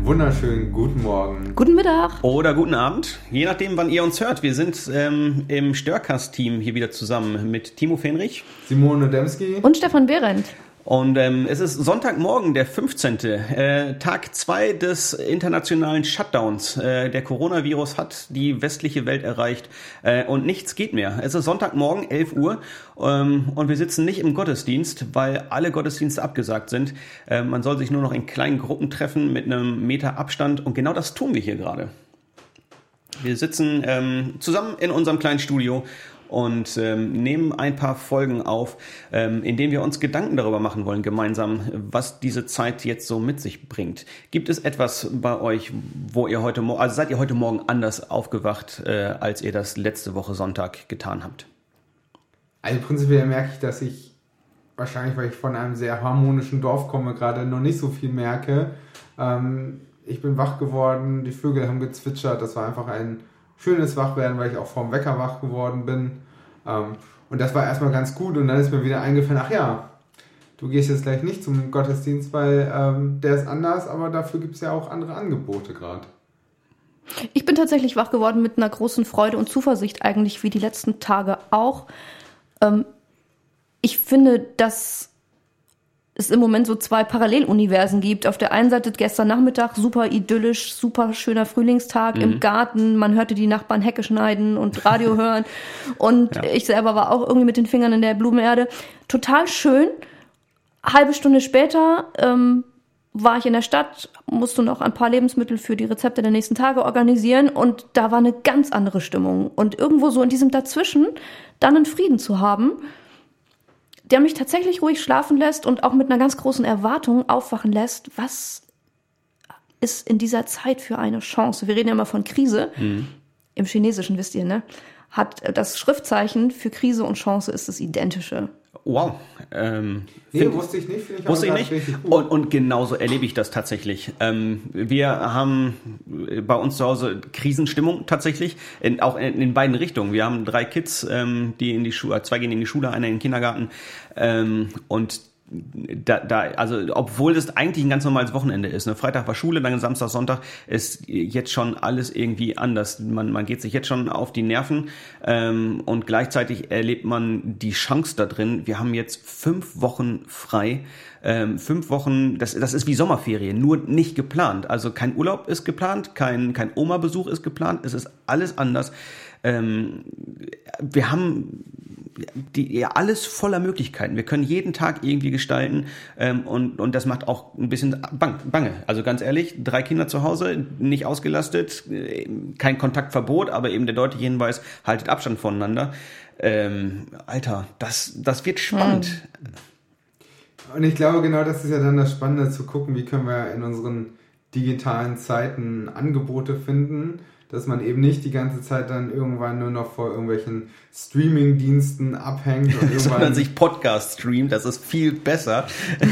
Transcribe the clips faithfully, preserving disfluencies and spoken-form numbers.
wunderschönen guten Morgen. Guten Mittag. Oder guten Abend, je nachdem, wann ihr uns hört. Wir sind ähm, im Störcast-Team hier wieder zusammen mit Timo Fenrich, Simone Demski und Stefan Behrendt. Und ähm, es ist Sonntagmorgen, der fünfzehnte Äh, Tag zwei des internationalen Shutdowns. Äh, der Coronavirus hat die westliche Welt erreicht äh, und nichts geht mehr. Es ist Sonntagmorgen, elf Uhr ähm, und wir sitzen nicht im Gottesdienst, weil alle Gottesdienste abgesagt sind. Äh, man soll sich nur noch in kleinen Gruppen treffen mit einem Meter Abstand und genau das tun wir hier gerade. Wir sitzen ähm, zusammen in unserem kleinen Studio und ähm, nehmen ein paar Folgen auf, ähm, in denen wir uns Gedanken darüber machen wollen, gemeinsam, was diese Zeit jetzt so mit sich bringt. Gibt es etwas bei euch, wo ihr heute Morgen, also seid ihr heute Morgen anders aufgewacht, äh, als ihr das letzte Woche Sonntag getan habt? Also prinzipiell merke ich, dass ich, wahrscheinlich weil ich von einem sehr harmonischen Dorf komme, gerade noch nicht so viel merke. Ähm, ich bin wach geworden, die Vögel haben gezwitschert, das war einfach ein schönes Wachwerden, weil ich auch vorm Wecker wach geworden bin. Ähm, und das war erstmal ganz gut. Und dann ist mir wieder eingefallen, ach ja, du gehst jetzt gleich nicht zum Gottesdienst, weil ähm, der ist anders, aber dafür gibt es ja auch andere Angebote gerade. Ich bin tatsächlich wach geworden mit einer großen Freude und Zuversicht, eigentlich wie die letzten Tage auch. Ähm, ich finde, dass es im Moment so zwei Paralleluniversen gibt. Auf der einen Seite gestern Nachmittag super idyllisch, super schöner Frühlingstag mhm. im Garten. Man hörte die Nachbarn Hecke schneiden und Radio hören. Und ja. ich selber war auch irgendwie mit den Fingern in der Blumenerde. Total schön. Halbe Stunde später ähm, war ich in der Stadt, musste noch ein paar Lebensmittel für die Rezepte der nächsten Tage organisieren. Und da war eine ganz andere Stimmung. Und irgendwo so in diesem Dazwischen dann einen Frieden zu haben, der mich tatsächlich ruhig schlafen lässt und auch mit einer ganz großen Erwartung aufwachen lässt, was ist in dieser Zeit für eine Chance? Wir reden ja immer von Krise. Mhm. Im Chinesischen, wisst ihr, ne? Hat das Schriftzeichen für Krise und Chance ist das identische. Wow. Ähm, nee, find, wusste ich nicht. Find ich wusste ich nicht. Und, und genauso erlebe ich das tatsächlich. Ähm, wir haben bei uns zu Hause Krisenstimmung tatsächlich, in, auch in, in beiden Richtungen. Wir haben drei Kids, ähm, die in die Schule, zwei gehen in die Schule, einer in den Kindergarten. Ähm, und Da, da, also obwohl das eigentlich ein ganz normales Wochenende ist, ne? Freitag war Schule, dann Samstag, Sonntag, ist jetzt schon alles irgendwie anders. Man, man geht sich jetzt schon auf die Nerven ähm, und gleichzeitig erlebt man die Chance da drin. Wir haben jetzt fünf Wochen frei, ähm, fünf Wochen, das, das ist wie Sommerferien, nur nicht geplant. Also kein Urlaub ist geplant, kein, kein Oma-Besuch ist geplant, es ist alles anders. Ähm, wir haben die, ja, alles voller Möglichkeiten. Wir können jeden Tag irgendwie gestalten ähm, und, und das macht auch ein bisschen bang, bange. Also ganz ehrlich, drei Kinder zu Hause, nicht ausgelastet, äh, kein Kontaktverbot, aber eben der deutliche Hinweis, haltet Abstand voneinander. Ähm, Alter, das, das wird spannend. Und ich glaube, genau das ist ja dann das Spannende, zu gucken, wie können wir in unseren digitalen Zeiten Angebote finden, dass man eben nicht die ganze Zeit dann irgendwann nur noch vor irgendwelchen Streaming-Diensten abhängt. Und irgendwann sondern sich Podcast streamt, das ist viel besser.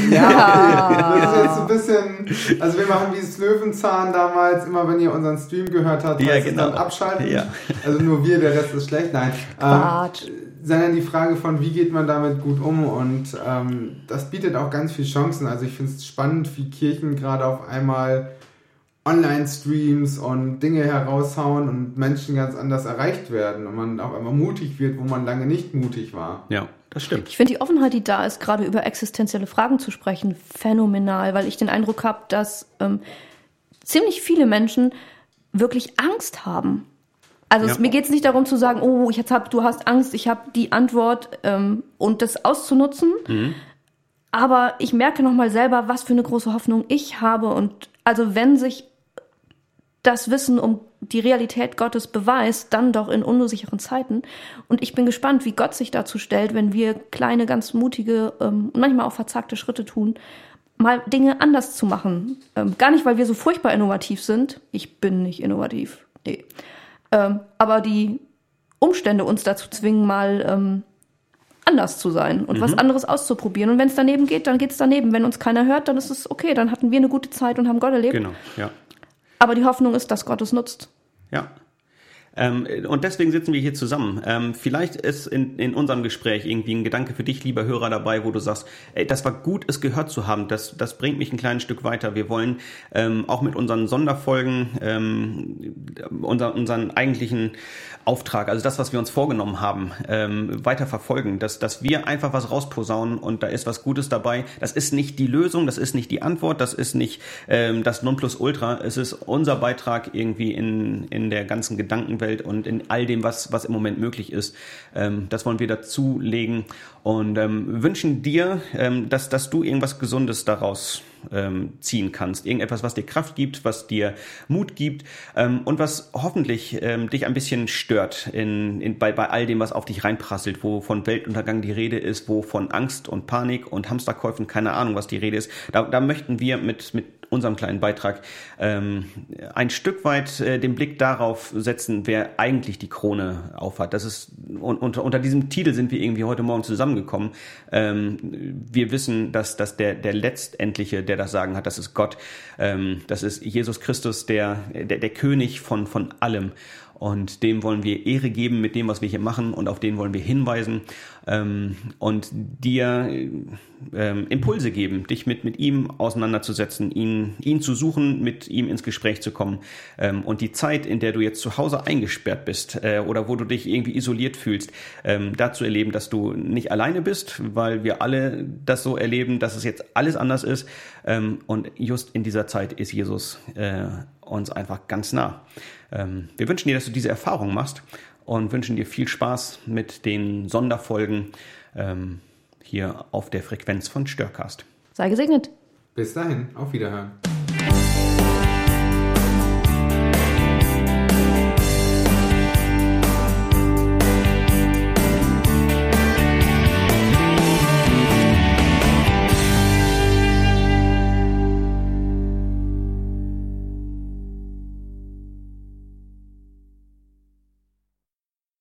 Ja, das ist jetzt ein bisschen, also wir machen wie das Löwenzahn damals, immer wenn ihr unseren Stream gehört habt, ja, heißt genau. es dann abschalten. Ja. Also nur wir, der Rest ist schlecht. Nein. Ähm, sondern die Frage von, wie geht man damit gut um, und ähm, das bietet auch ganz viele Chancen. Also ich finde es spannend, wie Kirchen gerade auf einmal Online-Streams und Dinge heraushauen und Menschen ganz anders erreicht werden und man auch einmal mutig wird, wo man lange nicht mutig war. Ja, das stimmt. Ich finde die Offenheit, die da ist, gerade über existenzielle Fragen zu sprechen, phänomenal, weil ich den Eindruck habe, dass ähm, ziemlich viele Menschen wirklich Angst haben. Also ja. es, mir geht es nicht darum zu sagen, oh, ich jetzt hab, du hast Angst, ich habe die Antwort ähm, und das auszunutzen. Mhm. Aber ich merke nochmal selber, was für eine große Hoffnung ich habe. Und also wenn sich das Wissen um die Realität Gottes beweist, dann doch in unsicheren Zeiten. Und ich bin gespannt, wie Gott sich dazu stellt, wenn wir kleine, ganz mutige ähm, und manchmal auch verzagte Schritte tun, mal Dinge anders zu machen. Ähm, gar nicht, weil wir so furchtbar innovativ sind. Ich bin nicht innovativ. Nee. Ähm, aber die Umstände uns dazu zwingen, mal ähm, anders zu sein und mhm. was anderes auszuprobieren. Und wenn es daneben geht, dann geht es daneben. Wenn uns keiner hört, dann ist es okay. Dann hatten wir eine gute Zeit und haben Gott erlebt. Genau, ja. Aber die Hoffnung ist, dass Gott es nutzt. Ja. Ähm, und deswegen sitzen wir hier zusammen. Ähm, vielleicht ist in, in unserem Gespräch irgendwie ein Gedanke für dich, lieber Hörer, dabei, wo du sagst, ey, das war gut, es gehört zu haben. Das, das bringt mich ein kleines Stück weiter. Wir wollen ähm, auch mit unseren Sonderfolgen ähm, unser, unseren eigentlichen Auftrag, also das, was wir uns vorgenommen haben, ähm, weiter verfolgen, dass, dass wir einfach was rausposaunen und da ist was Gutes dabei. Das ist nicht die Lösung, das ist nicht die Antwort, das ist nicht ähm, das Nonplusultra, es ist unser Beitrag irgendwie in, in der ganzen Gedankenwelt und in all dem, was, was im Moment möglich ist. Ähm, das wollen wir dazulegen und ähm, wünschen dir, ähm, dass, dass du irgendwas Gesundes daraus ähm, ziehen kannst. Irgendetwas, was dir Kraft gibt, was dir Mut gibt ähm, und was hoffentlich ähm, dich ein bisschen stört in, in, bei, bei all dem, was auf dich reinprasselt, wo von Weltuntergang die Rede ist, wo von Angst und Panik und Hamsterkäufen, keine Ahnung, was die Rede ist. Da, da möchten wir mit, mit unserem kleinen Beitrag ähm, ein Stück weit äh, den Blick darauf setzen, wer eigentlich die Krone aufhat. Das ist un, unter, unter diesem Titel sind wir irgendwie heute Morgen zusammengekommen. Ähm, wir wissen, dass, dass der, der letztendliche, der das Sagen hat, das ist Gott. Ähm, das ist Jesus Christus, der, der, der König von, von allem. Und dem wollen wir Ehre geben mit dem, was wir hier machen und auf den wollen wir hinweisen ähm, und dir ähm, Impulse geben, dich mit, mit ihm auseinanderzusetzen, ihn, ihn zu suchen, mit ihm ins Gespräch zu kommen ähm, und die Zeit, in der du jetzt zu Hause eingesperrt bist äh, oder wo du dich irgendwie isoliert fühlst, ähm, da zu erleben, dass du nicht alleine bist, weil wir alle das so erleben, dass es jetzt alles anders ist ähm, und just in dieser Zeit ist Jesus äh, uns einfach ganz nah. Ähm, wir wünschen dir, dass du diese Erfahrung machst und wünschen dir viel Spaß mit den Sonderfolgen ähm, hier auf der Frequenz von Störcast. Sei gesegnet. Bis dahin, auf Wiederhören.